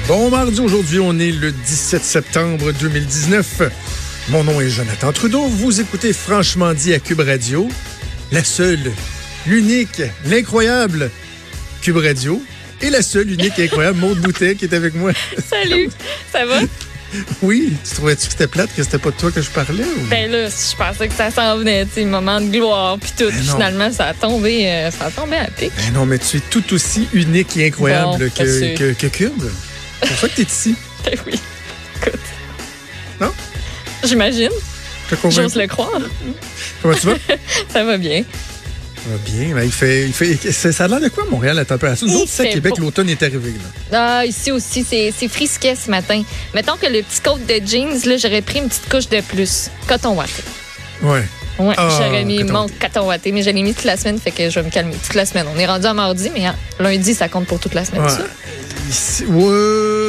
Bon mardi, aujourd'hui, on est le 17 septembre 2019. Mon nom est Jonathan Trudeau. Vous écoutez Franchement dit à Cube Radio. La seule, l'unique, l'incroyable Cube Radio. Et la seule, unique et incroyable Maude Boutet qui est avec moi. Salut, ça va? Oui, tu trouvais-tu que c'était plate, que c'était pas de toi que je parlais? Ou? Ben là, je pensais que ça s'en venait, tu sais, moment de gloire puis tout. Puis finalement, ça a tombé à pic. Ben non, mais tu es tout aussi unique et incroyable bon, que Cube. C'est pour ça que t'es ici. Ben oui, écoute. Non? J'imagine. J'ose le croire. Comment tu vas? Ça va bien. Ça va bien. Ben, ça a l'air de quoi, Montréal, la température? Nous autres, ici à Québec, l'automne est arrivé. Là. Ah, ici aussi, c'est frisquet ce matin. Mettons que le petit coat de jeans, là, j'aurais pris une petite couche de plus. Coton watté. Ouais. Ouais, j'aurais mis mon coton watté, mais je l'ai mis toute la semaine, fait que je vais me calmer toute la semaine. On est rendu à mardi, mais lundi, ça compte pour toute la semaine, ça? Ouais.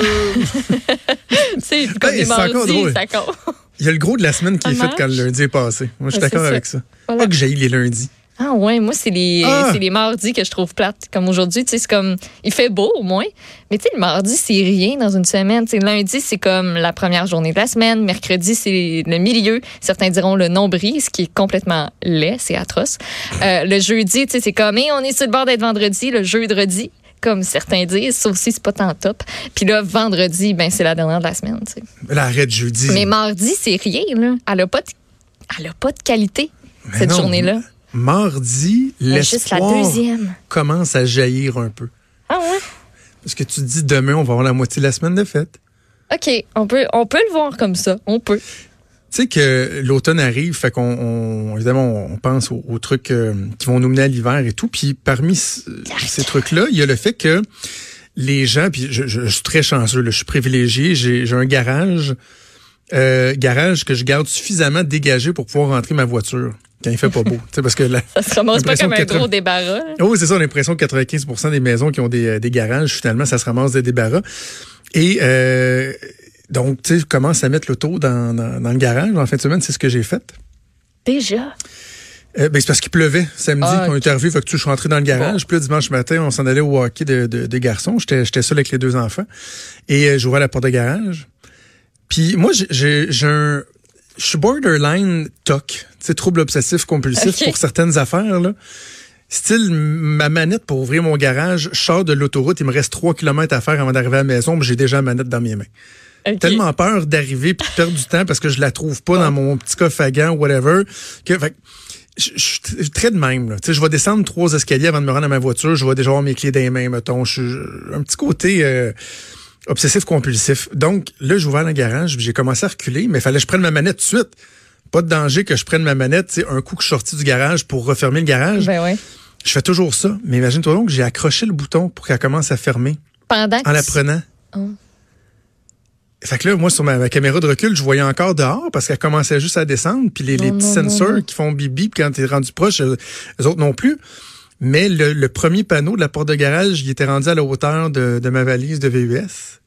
Tu sais, comme les mardis, ça compte. Il y a le gros de la semaine qui est fait quand le lundi est passé. Moi, je suis d'accord avec ça. Voilà. Pas que j'aille les lundis. Ah ouais, moi, c'est les mardis que je trouve plates. Comme aujourd'hui, tu sais, c'est comme... Il fait beau, au moins. Mais tu sais, le mardi, c'est rien dans une semaine. Tu sais, lundi, c'est comme la première journée de la semaine. Mercredi, c'est le milieu. Certains diront le nombril, ce qui est complètement laid. C'est atroce. Le jeudi, tu sais, c'est comme... on est sur le bord d'être vendredi. Le jeudi, comme certains disent, ça aussi, c'est pas tant top. Puis là, vendredi, ben c'est la dernière de la semaine, tu sais. Là, arrête jeudi. Mais mardi, c'est rien, là. Elle a pas de qualité, cette journée-là. Mardi, l'espoir juste la commence à jaillir un peu. Ah ouais? Parce que tu dis demain, on va avoir la moitié de la semaine de fête. OK, on peut le voir comme ça. On peut. Tu sais que l'automne arrive, fait évidemment, on pense aux trucs qui vont nous mener à l'hiver et tout. Puis parmi ces trucs-là, il y a le fait que les gens, puis je suis très chanceux, là, je suis privilégié, j'ai un garage que je garde suffisamment dégagé pour pouvoir rentrer ma voiture quand il fait pas beau. Parce que ça se ramasse pas comme un gros débarras. Oh, c'est ça, on a l'impression que 95% des maisons qui ont des garages, finalement, ça se ramasse des débarras. Et donc, tu sais, je commence à mettre l'auto dans le garage. En fin de semaine, c'est ce que j'ai fait. Déjà? Ben, c'est parce qu'il pleuvait samedi quand on est arrivé. Fait que je suis rentré dans le garage. Puis là, dimanche matin, on s'en allait au hockey de garçons. J'étais seul avec les deux enfants. Et j'ouvrais la porte de garage. Puis moi, je suis borderline TOC. Tu sais, trouble obsessif compulsif pour certaines affaires, là. Style, ma manette pour ouvrir mon garage, je sors de l'autoroute, il me reste 3 km à faire avant d'arriver à la maison, mais j'ai déjà la manette dans mes mains. Okay. Tellement peur d'arriver puis de perdre du temps parce que je la trouve pas dans mon petit coffre à gants, whatever, que je suis très de même. Tu sais, je vais descendre 3 escaliers avant de me rendre à ma voiture, je vais déjà avoir mes clés dans les mains, mettons. Je suis un petit côté obsessif-compulsif. Donc, là, j'ai ouvert le garage, j'ai commencé à reculer, mais il fallait que je prenne ma manette tout de suite. Pas de danger que je prenne ma manette, tu sais, un coup que je suis sorti du garage pour refermer le garage. Ben ouais. Je fais toujours ça. Mais imagine-toi donc que j'ai accroché le bouton pour qu'elle commence à fermer. Pendant en la prenant. Oh. Fait que là, moi, sur ma caméra de recul, je voyais encore dehors parce qu'elle commençait juste à descendre. Puis les petits sensors qui font bip-bip quand t'es rendu proche, eux autres non plus. Mais le premier panneau de la porte de garage, il était rendu à la hauteur de ma valise de VUS.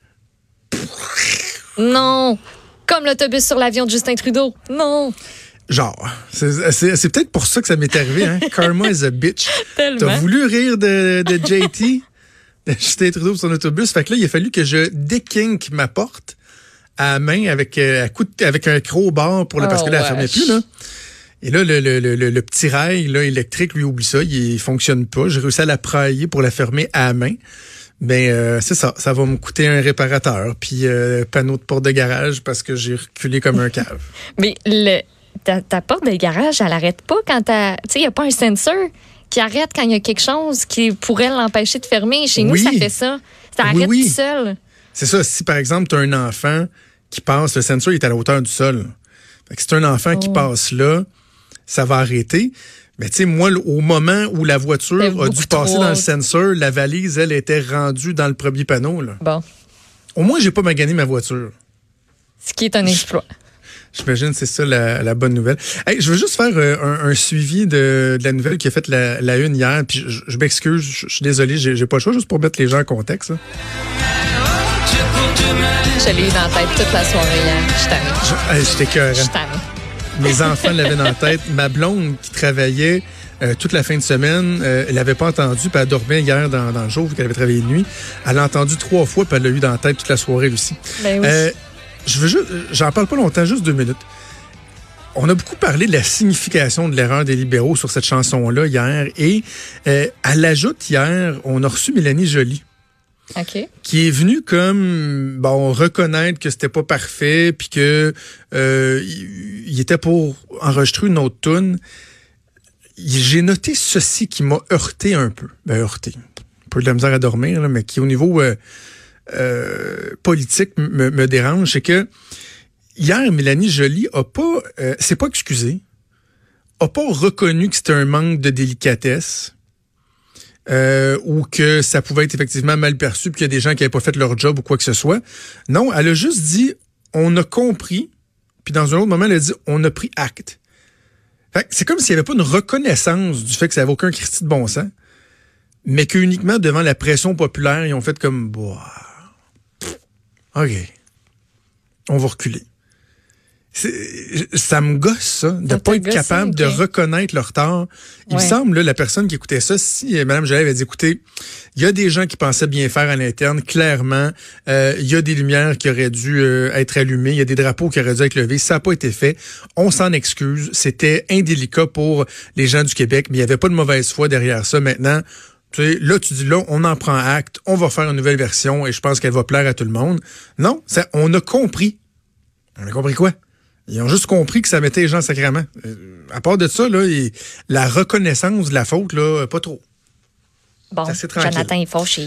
Non! Comme l'autobus sur l'avion de Justin Trudeau. Non! Genre, c'est peut-être pour ça que ça m'est arrivé, hein? Karma is a bitch. Tellement. T'as voulu rire de JT, de Justin Trudeau sur son autobus. Fait que là, il a fallu que je dékink ma porte à la main avec un crowbar pour parce que là, elle fermait plus, là. Et là, le petit rail là, électrique, lui, oublie ça, il fonctionne pas. J'ai réussi à la prailler pour la fermer à la main. Ben c'est ça va me coûter un réparateur puis panneau de porte de garage parce que j'ai reculé comme un cave. Mais ta porte de garage, elle arrête pas quand tu sais, il y a pas un sensor qui arrête quand il y a quelque chose qui pourrait l'empêcher de fermer. Chez nous, ça fait ça. Ça arrête tout seul. C'est ça, si par exemple tu as un enfant qui passe, le sensor est à la hauteur du sol. Fait que si tu as un enfant qui passe là, ça va arrêter. Mais tu sais, moi, au moment où la voiture a dû passer dans le sensor, la valise, elle, était rendue dans le premier panneau. Là. Bon. Au moins, j'ai pas magané ma voiture. Ce qui est un exploit. J'imagine c'est ça la bonne nouvelle. Hey, je veux juste faire un suivi de la nouvelle qui a fait la une hier. Puis je m'excuse, je suis désolé, j'ai pas le choix juste pour mettre les gens en contexte. Là. Je l'ai eu dans la tête toute la soirée hier. Je suis tannée. J'étais écœurant. Je suis tannée. Mes enfants l'avaient dans la tête. Ma blonde qui travaillait toute la fin de semaine. Elle l'avait pas entendu, puis elle dormait hier dans le jour, vu qu'elle avait travaillé de nuit. Elle l'a entendu 3 fois, puis elle l'a eu dans la tête toute la soirée aussi. Ben oui. J'en parle pas longtemps, juste 2 minutes. On a beaucoup parlé de la signification de l'erreur des libéraux sur cette chanson-là hier. Et à l'ajout hier, on a reçu Mélanie Joly. OK. Qui est venue comme reconnaître que c'était pas parfait, puis que il était pour enregistrer une autre tune. J'ai noté ceci qui m'a heurté un peu. Heurté. Un peu de la misère à dormir, là, mais qui au niveau politique me dérange, c'est que hier, Mélanie Joly s'est pas excusée, a pas reconnu que c'était un manque de délicatesse, ou que ça pouvait être effectivement mal perçu, puis qu'il y a des gens qui n'avaient pas fait leur job ou quoi que ce soit. Non, elle a juste dit, on a compris, puis dans un autre moment, elle a dit, on a pris acte. Fait que c'est comme s'il n'y avait pas une reconnaissance du fait que ça n'avait aucun Christi de bon sens, mais qu'uniquement devant la pression populaire, ils ont fait comme, OK, on va reculer. Ça me gosse, ça, de pas être capable de reconnaître leur tort. Il me semble, là, la personne qui écoutait ça, si Mme Joly avait dit, écoutez, il y a des gens qui pensaient bien faire à l'interne, clairement, il y a des lumières qui auraient dû être allumées, il y a des drapeaux qui auraient dû être levés, ça n'a pas été fait, on s'en excuse, c'était indélicat pour les gens du Québec, mais il n'y avait pas de mauvaise foi derrière ça. Maintenant, tu sais, là, tu dis, là, on en prend acte, on va faire une nouvelle version et je pense qu'elle va plaire à tout le monde. Non, on a compris. On a compris quoi? Ils ont juste compris que ça mettait les gens sacrément. À part de ça, là, la reconnaissance de la faute, là, pas trop. Bon, Jonathan est fâché.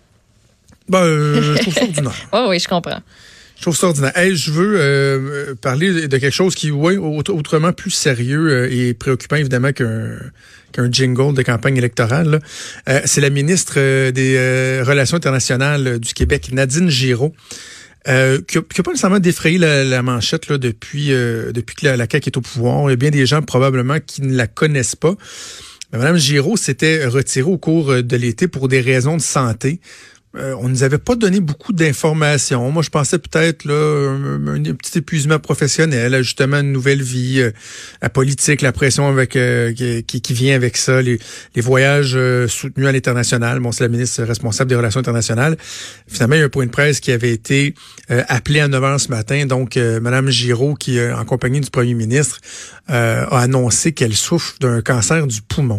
Je trouve ça ordinaire. Oui, je comprends. Je trouve ça ordinaire. Hey, je veux parler de quelque chose qui, autrement plus sérieux et préoccupant, évidemment, qu'un jingle de campagne électorale. C'est la ministre des Relations internationales du Québec, Nadine Giraud, qui a pas nécessairement défrayé la manchette là, depuis que la CAQ est au pouvoir. Il y a bien des gens probablement qui ne la connaissent pas. Mais Mme Giraud s'était retirée au cours de l'été pour des raisons de santé. On nous avait pas donné beaucoup d'informations. Moi, je pensais peut-être là un petit épuisement professionnel, justement une nouvelle vie, la politique, la pression avec qui vient avec ça, les voyages soutenus à l'international. Bon, c'est la ministre responsable des Relations internationales. Finalement, il y a un point de presse qui avait été appelé à 9h ce matin. Donc, Mme Giraud, qui en compagnie du premier ministre, a annoncé qu'elle souffre d'un cancer du poumon.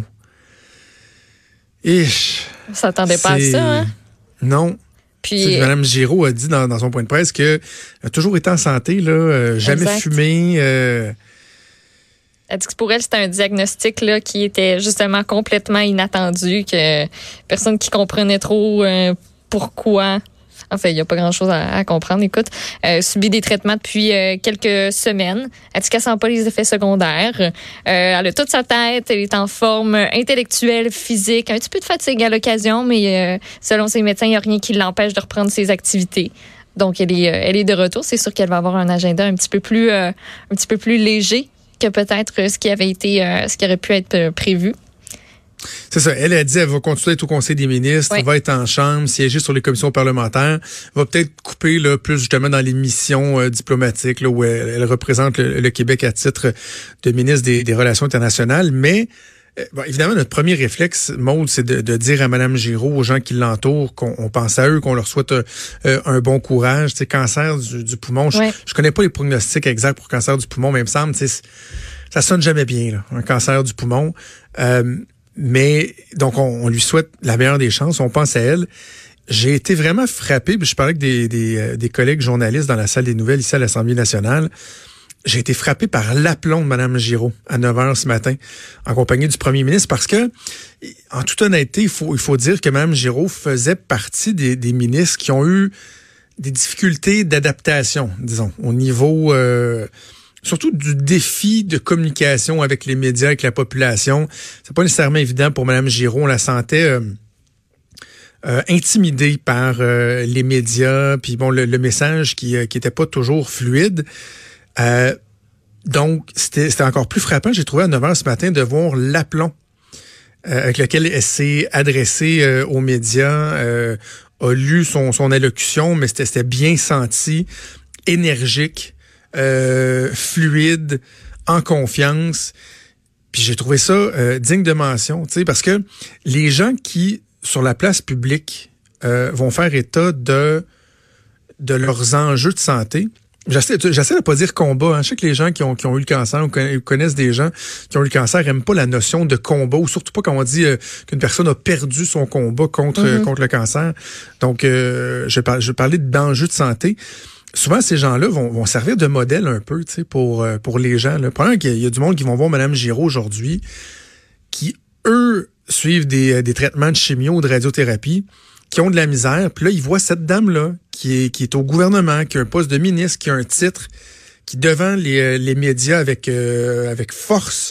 Et on s'attendait pas à ça, hein? Non. Puis Mme Giraud a dit dans son point de presse qu'elle a toujours été en santé, là, jamais fumé. Elle dit que pour elle, c'était un diagnostic là, qui était justement complètement inattendu, que personne qui comprenait trop pourquoi. Enfin, il n'y a pas grand-chose à comprendre. Écoute, subit des traitements depuis quelques semaines. Elle dit qu'elle sent pas les effets secondaires. Elle a toute sa tête. Elle est en forme intellectuelle, physique, un petit peu de fatigue à l'occasion, mais selon ses médecins, il n'y a rien qui l'empêche de reprendre ses activités. Donc, elle est de retour. C'est sûr qu'elle va avoir un agenda un petit peu plus léger que peut-être ce qui aurait pu être prévu. C'est ça. Elle a dit qu'elle va continuer à être au Conseil des ministres, va être en chambre, siéger sur les commissions parlementaires, va peut-être couper là, plus justement dans les missions diplomatiques là, où elle représente le Québec à titre de ministre des Relations internationales. Mais évidemment, notre premier réflexe, Maude, c'est de dire à Mme Giraud, aux gens qui l'entourent, qu'on pense à eux, qu'on leur souhaite un bon courage. Tu sais, cancer du poumon, je connais pas les pronostics exacts pour cancer du poumon, mais il me semble, ça sonne jamais bien, là, un cancer du poumon. Mais donc, on lui souhaite la meilleure des chances. On pense à elle. J'ai été vraiment frappé. Puis je parlais avec des collègues journalistes dans la salle des nouvelles ici à l'Assemblée nationale. J'ai été frappé par l'aplomb de Mme Giraud à 9h ce matin en compagnie du premier ministre parce que, en toute honnêteté, il faut dire que Mme Giraud faisait partie des ministres qui ont eu des difficultés d'adaptation, disons, au niveau... surtout du défi de communication avec les médias, avec la population. C'est pas nécessairement évident pour Mme Giraud. On la sentait intimidée par les médias, puis bon, le message qui était pas toujours fluide. Donc, c'était encore plus frappant, j'ai trouvé à 9h ce matin, de voir l'aplomb avec lequel elle s'est adressée aux médias, a lu son allocution, mais c'était bien senti, énergique, fluide, en confiance. Puis j'ai trouvé ça digne de mention, tu sais, parce que les gens qui, sur la place publique, vont faire état de leurs enjeux de santé. J'essaie de pas dire combat. Hein. Je sais que les gens qui ont eu le cancer ou connaissent des gens qui ont eu le cancer n'aiment pas la notion de combat, ou surtout pas quand on dit qu'une personne a perdu son combat contre le cancer. Donc, je vais parler d'enjeux de santé. Souvent, ces gens-là vont servir de modèle un peu, tu sais, pour les gens. Le problème, qu'il y a du monde qui vont voir Mme Giraud aujourd'hui, qui, eux, suivent des traitements de chimio ou de radiothérapie, qui ont de la misère. Puis là, ils voient cette dame-là, qui est au gouvernement, qui a un poste de ministre, qui a un titre, qui devant les médias avec force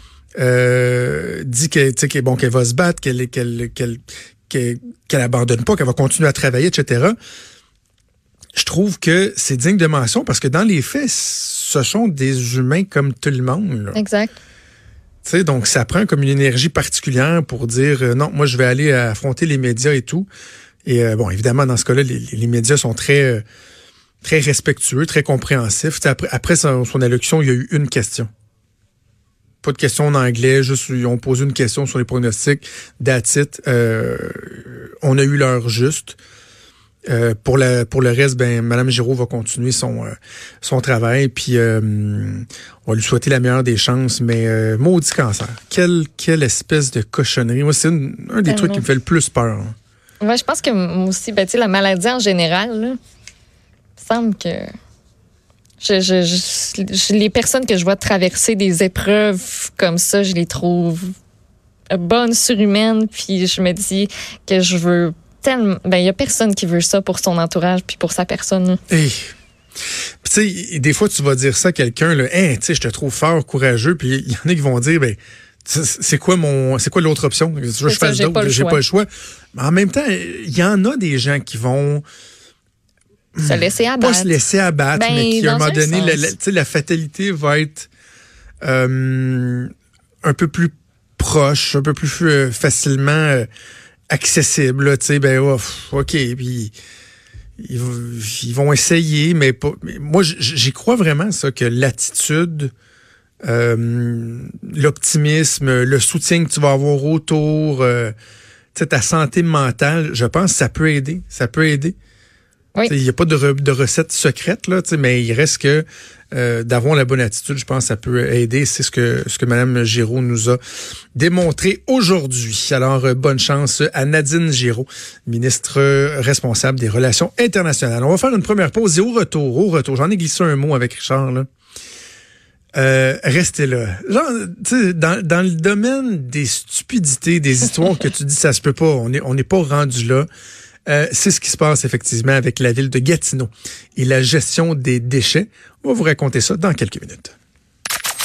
dit qu'elle va se battre, qu'elle abandonne pas, qu'elle va continuer à travailler, etc. Je trouve que c'est digne de mention parce que dans les faits, ce sont des humains comme tout le monde. Là. Exact. Tu sais, donc ça prend comme une énergie particulière pour dire non, moi je vais aller affronter les médias et tout. Et bon, évidemment, dans ce cas-là, les médias sont très respectueux, très compréhensifs. Après son allocution, il y a eu une question. Pas de question en anglais, juste ils ont posé une question sur les pronostics. That's it. On a eu l'heure juste. Pour le reste, ben Mme Giraud va continuer son travail, puis on va lui souhaiter la meilleure des chances, mais maudit cancer. Quelle espèce de cochonnerie. Moi, c'est un des trucs qui me fait le plus peur. Hein. Ouais, je pense que moi aussi, ben, la maladie en général, là, il me semble que les personnes que je vois traverser des épreuves comme ça, je les trouve bonnes, surhumaines, puis je me dis que je veux tellement... Ben, il y a personne qui veut ça pour son entourage puis pour sa personne. Hey. Tu sais, des fois, tu vas dire ça à quelqu'un, là, hey, tu sais, je te trouve fort, courageux, puis il y en a qui vont dire, ben, c'est quoi l'autre option? Tu veux que je fasse d'autres? J'ai pas le choix. Mais en même temps, il y en a des gens qui vont se laisser abattre. Pas se laisser abattre, ben, mais qui, à un moment donné, la fatalité va être un peu plus proche, un peu plus facilement accessible. Là, tu sais, ben, OK, puis ils vont essayer, mais pas. Mais moi, j'y crois vraiment, ça, que l'attitude, l'optimisme, le soutien que tu vas avoir autour, ta santé mentale, je pense que ça peut aider. Ça peut aider. Oui. Il n'y a pas de recette secrète, là, mais il reste que d'avoir la bonne attitude, je pense que ça peut aider. C'est ce que Mme Giraud nous a démontré aujourd'hui. Alors, bonne chance à Nadine Giraud, ministre responsable des Relations internationales. On va faire une première pause et au retour, j'en ai glissé un mot avec Richard, là. Restez là. Genre, dans le domaine des stupidités, des histoires que tu dis ça se peut pas, on n'est pas rendu là. C'est ce qui se passe effectivement avec la ville de Gatineau et la gestion des déchets. On va vous raconter ça dans quelques minutes.